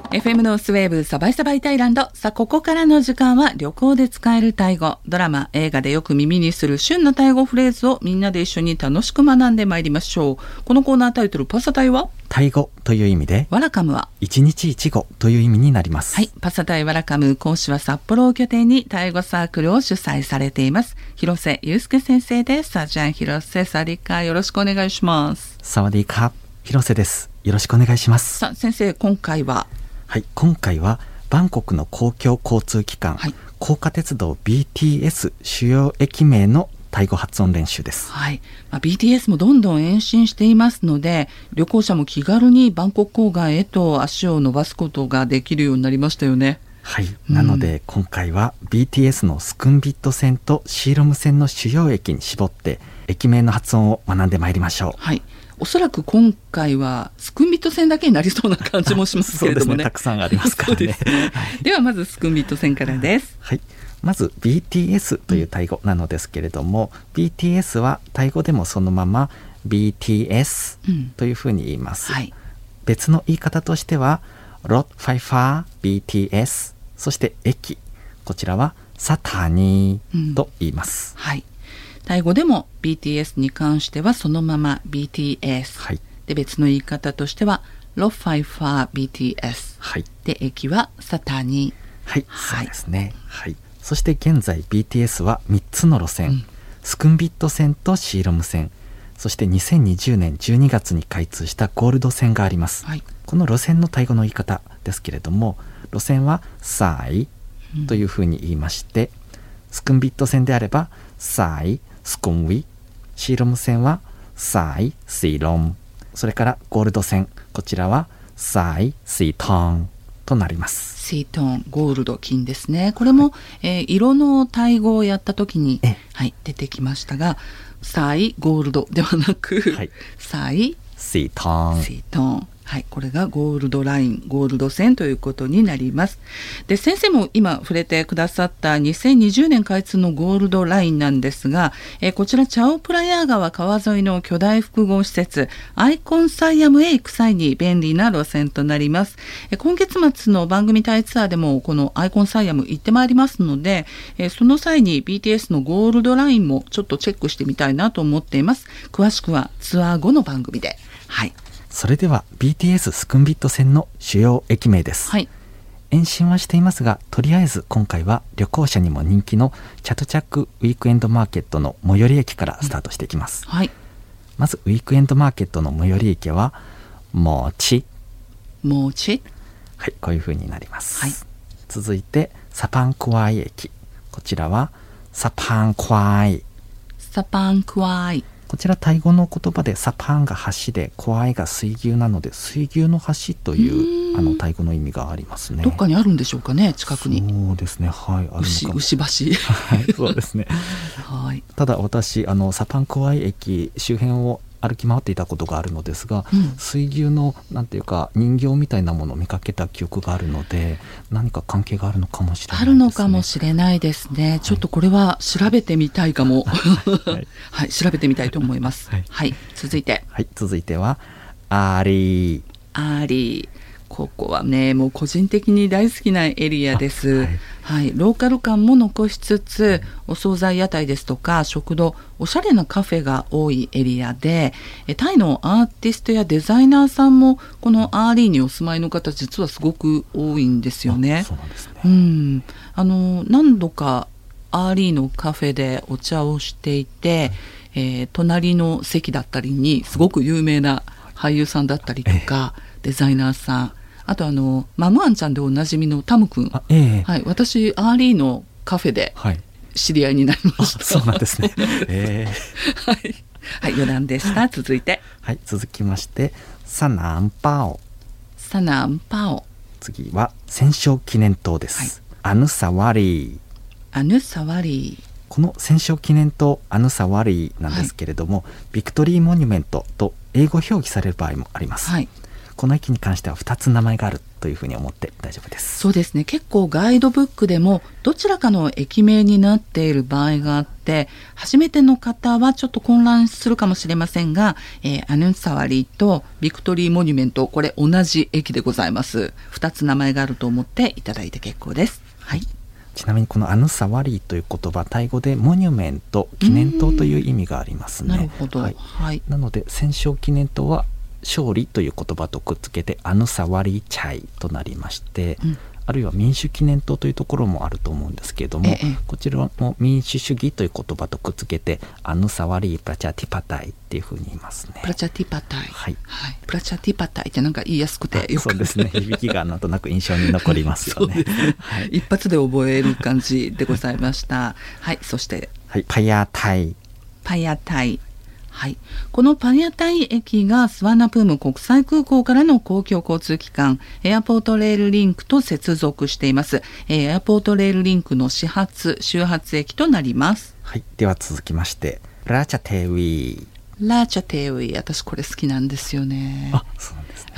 FM ノースウェーブサバイサバイタイランド。さあ、ここからの時間は旅行で使えるタイ語、ドラマ、映画でよく耳にする旬のタイ語フレーズをみんなで一緒に楽しく学んでまいりましょう。このコーナータイトルパサタイはタイ語という意味で、 ワラカムは一日一語という意味になります。 はい、パサタイワラカム講師は札幌を拠点にタイ語サークルを主催されています広瀬祐介先生です。さあ、じゃあ広瀬サリカよろしくお願いします。 サワディーカ、広瀬です。よろしくお願いします。 さあ先生、今回ははい、今回はバンコクの公共交通機関、高架鉄道 BTS 主要駅名のタイ語発音練習です。 はい、BTS もどんどん延伸していますので、旅行者も気軽にバンコク郊外へと足を伸ばすことができるようになりましたよね。 はい、なので今回は BTS のスクンビット線とシーロム線の主要駅に絞って駅名の発音を学んでまいりましょう。 はい、おそらく今回はスクンビット線だけになりそうな感じもしますけれどもね。 そうですね、たくさんありますからね。 ではまずスクンビット線からです。 はい、まず BTS というタイ語なのですけれども、BTS はタイ語でもそのまま BTS というふうに言います。別の言い方としてはロットファイファー BTS、 そして駅、こちらはサタニーと言います。 はい、タイ語でも BTS に関してはそのまま BTS、で別の言い方としてはロッファイファー BTS、で駅はサタニー。 そうですね。そして現在 BTS は3つの路線、スクンビット線とシーロム線、そして2020年12月に開通したゴールド線があります。この路線のタイ語の言い方ですけれども、路線はサイというふうに言いまして、スクンビット線であればサイスクンウィ、シーロム線はサイシーロム、それからゴールド線、こちらはサイシートンとなります。 シートン、ゴールド、金ですね。これも、色のタイ語をやった時に、出てきましたが、サイゴールドではなく、サイシートン、 シートン、これがゴールドライン、ゴールド線ということになります。で、先生も今触れてくださった2020年開通のゴールドラインなんですが、こちらチャオプラヤー川川沿いの巨大複合施設アイコンサイアムへ行く際に便利な路線となります。今月末の番組タイツアーでもこのアイコンサイアム行ってまいりますので、その際に BTS のゴールドラインもちょっとチェックしてみたいなと思っています。詳しくはツアー後の番組で。 それでは BTS スクンビット線の主要駅名です。延伸はしていますが、とりあえず今回は旅行者にも人気のチャトチャックウィークエンドマーケットの最寄り駅からスタートしていきます。まずウィークエンドマーケットの最寄り駅はモチ、こういう風になります。続いてサパンクワイ駅、こちらはサパンクワイ、こちらタイ語の言葉でサパンが橋でクワイが水牛なので、水牛の橋というタイ語の意味がありますね。 どっかにあるんでしょうかね、近くに。 そうですね、あるのかも。 牛橋そうですね。ただ私サパンクワイ駅周辺を歩き回っていたことがあるのですが、水牛のなんていうか人形みたいなものを見かけた記憶があるので、何か関係があるのかもしれないですね。 あるのかもしれないですね。ちょっとこれは調べてみたいかも。調べてみたいと思います。続いてはアリー。 ここはね、もう個人的に大好きなエリアです。ローカル感も残しつつ、お惣菜屋台ですとか食堂、おしゃれなカフェが多いエリアで、タイのアーティストやデザイナーさんもこのアーリーにお住まいの方実はすごく多いんですよね。何度かアーリーのカフェでお茶をしていて、隣の席だったりにすごく有名な俳優さんだったりとか、デザイナーさん、あとマムアンちゃんでおなじみのタム君、私アーリーのカフェで知り合いになりました。 そうなんですね。 余談でした。続いて続きましてサナンパオ。次は戦勝記念塔です。アヌサワリー。この戦勝記念塔アヌサワリーなんですけれども、ビクトリーモニュメントと英語表記される場合もあります。 この駅に関しては2つ名前があるというふうに思って大丈夫です。 そうですね、結構ガイドブックでもどちらかの駅名になっている場合があって、初めての方はちょっと混乱するかもしれませんが、アヌンサワリーとビクトリーモニュメント、これ同じ駅でございます。2つ名前があると思っていただいて結構です。はい。 ちなみにこのアヌサワリーという言葉、タイ語でモニュメント、記念塔という意味がありますね。 なるほど、 はいはい、 なので戦勝記念塔は勝利という言葉とくっつけてアヌサワリーチャイとなりまして、あるいは民主記念塔というところもあると思うんですけれども、こちらも民主主義という言葉とくっつけてアヌサワリープラチャティパタイっていうふうに言いますね。 プラチャティパタイ、 はいはい、プラチャティパタイってなんか言いやすくてよくそうですね、響きがなんとなく印象に残りますよね。 そうですね、はい、一発で覚える感じでございましたはい、そして、 はい、パヤタイ、 パヤタイ、はい、このパヤタイ駅がスワンナプーム国際空港からの公共交通機関エアポートレールリンクと接続しています。エアポートレールリンクの始発終発駅となります。 はい、では続きましてラチャテウィ、 ラチャテウィ、私これ好きなんですよね。 あ、そうなんですね。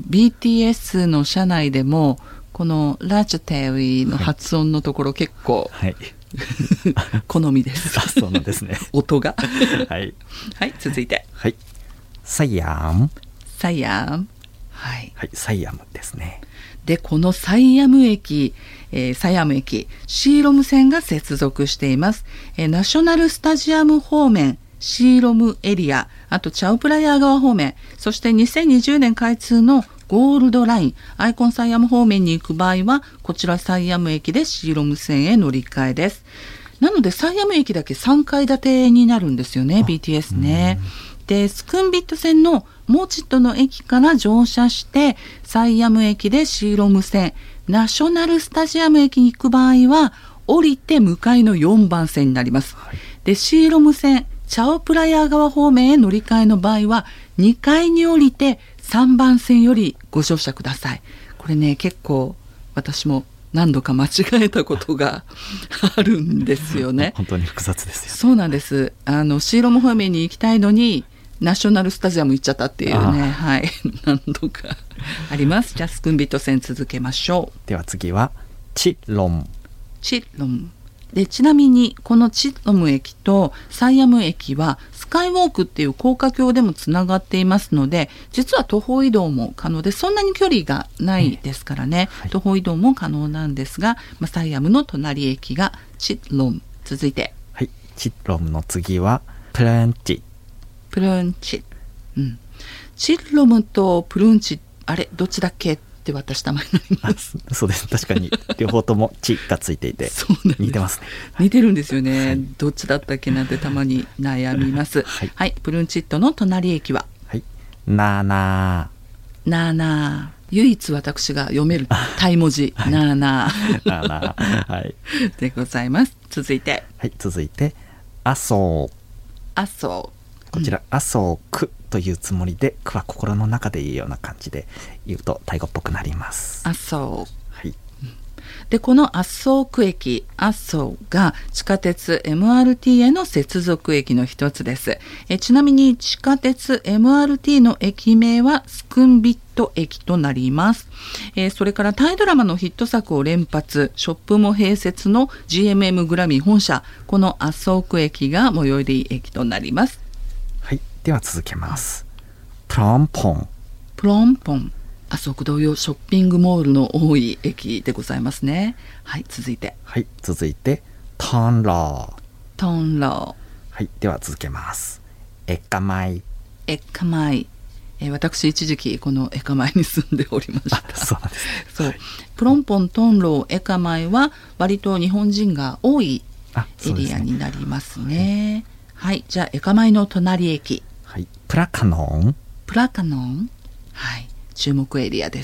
BTS の車内でもこのラチャテウィの発音のところ結構、 はい好みです。 あ、そうなんですね。 音がはい、 はい、続いて、 はい、サイアム、 サイアム、はい、 はい、サイアムですね。 でこのサイアム駅、サイアム駅シーロム線が接続しています。ナショナルスタジアム方面シーロムエリア、あとチャウプラヤー川方面、そして2020年開通のゴールドラインアイコンサイアム方面に行く場合はこちらサイアム駅でシーロム線へ乗り換えです。なのでサイアム駅だけ3階建てになるんですよね、 BTS ね。でスクンビット線のモーチットの駅から乗車してサイアム駅でシーロム線ナショナルスタジアム駅に行く場合は降りて向かいの4番線になります。でシーロム線チャオプラヤー川方面へ乗り換えの場合は2階に降りて3番線よりご乗車ください。これね、結構私も何度か間違えたことがあるんですよね。 本当に複雑ですよ。 そうなんです。シーロム方面に行きたいのにナショナルスタジアム行っちゃったっていうね、はい、何度かあります。じゃあスクンビット線続けましょう。 では次はチロン、 チロンで、ちなみにこのチロム駅とサイアム駅はスカイウォークっていう高架橋でもつながっていますので、実は徒歩移動も可能で、そんなに距離がないですからね、はい、徒歩移動も可能なんですが、サイアムの隣駅がチロム。続いて、 はい、チロムの次はプルンチ、 プルンチ、チロムとプルンチ、あれどっちだっけって私たまになります。 そうです、確かに両方ともチがついていて似てますね。 似てるんですよね、はい、どっちだったっけなんてたまに悩みますはい、はい、プルンチットの隣駅は、 はい、ナーナー、ナーナー、唯一私が読めるタイ文字、はい、ナーナーナーナー、はい、 でございます。続いて、 はい、続いてアソー、 アソー、 こちら、アソークというつもりで、クは心の中で言うような感じで言うとタイ語っぽくなります。 アソー、 はい、 でこのアッソーク駅、アッソーが地下鉄 MRT への接続駅の一つです。ちなみに地下鉄 MRT の駅名はスクンビット駅となります。それからタイドラマのヒット作を連発、ショップも併設の GMM グラミー本社、このアッソーク駅が最寄り駅となります。 はい、では続けます。プロンポン、 プロンポン、アソク同様ショッピングモールの多い駅でございますね。はい、続いて、 はい、続いてトンロー、 トンロー、 はい、では続けます。エッカマイ、 エッカマイ、私一時期このエカマイに住んでおりました。 そうなんですね。 そう、はい、プロンポン、トンロー、エカマイは割と日本人が多いエリアになりますね。はい、じゃあエカマイの隣駅、 はい、プラカノン、 プラカノン、はい、注目エリアです。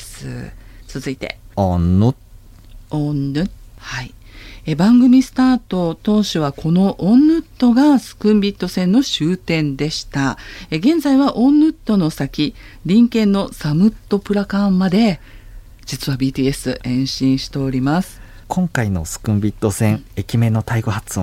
続いてオンヌ、 オンヌ、はい、番組スタート当初はこのオンヌットがスクンビット線の終点でした。現在はオンヌットの先隣県のサムットプラカンまで実は BTS 延伸しております。 今回のスクンビット線駅名のタイ語発音、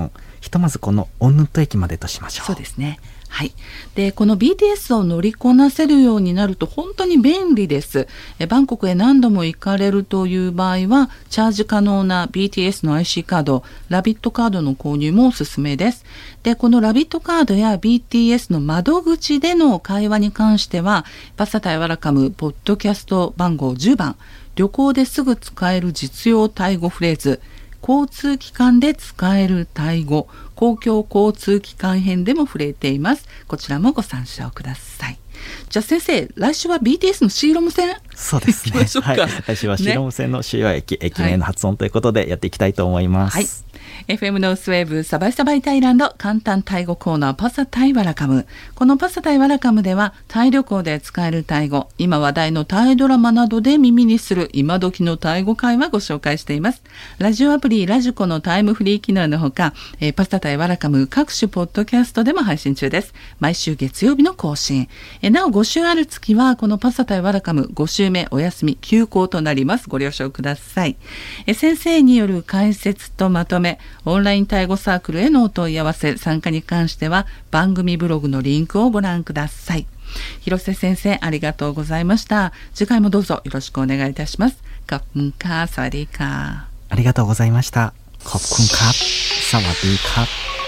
ひとまずこのオンヌント駅までとしましょう。 そうですね。はい、でこの BTS を乗りこなせるようになると本当に便利です。バンコクへ何度も行かれるという場合はチャージ可能な BTS の IC カード、ラビットカードの購入もおすすめです。でこのラビットカードや BTS の窓口での会話に関してはパサタイワラカムポッドキャスト番号10番、旅行ですぐ使える実用タイ語フレーズ、交通機関で使えるタイ語、公共交通機関編でも触れています。こちらもご参照ください。じゃあ先生、来週は BTS のシーロム線そうですね。はい、来週はシーロム線の主要駅、駅名の発音ということでやっていきたいと思います。 はい、FM ノースウェーブサバイサバイタイランド簡単タイ語コーナーパサタイワラカム。このパサタイワラカムではタイ旅行で使えるタイ語、今話題のタイドラマなどで耳にする今時のタイ語会話ご紹介しています。ラジオアプリラジコのタイムフリー機能のほか、パサタイワラカム各種ポッドキャストでも配信中です。毎週月曜日の更新。なお5週ある月はこのパサタイワラカム5週目お休み休校となります。ご了承ください。先生による解説とまとめ、オンラインタイ語サークルへのお問い合わせ参加に関しては番組ブログのリンクをご覧ください。広瀬先生ありがとうございました。次回もどうぞよろしくお願いいたします。ขอบคุณค่ะสวัสดีค่ะ。 ありがとうございました。ขอบคุณครับ。สวัสดีครับ。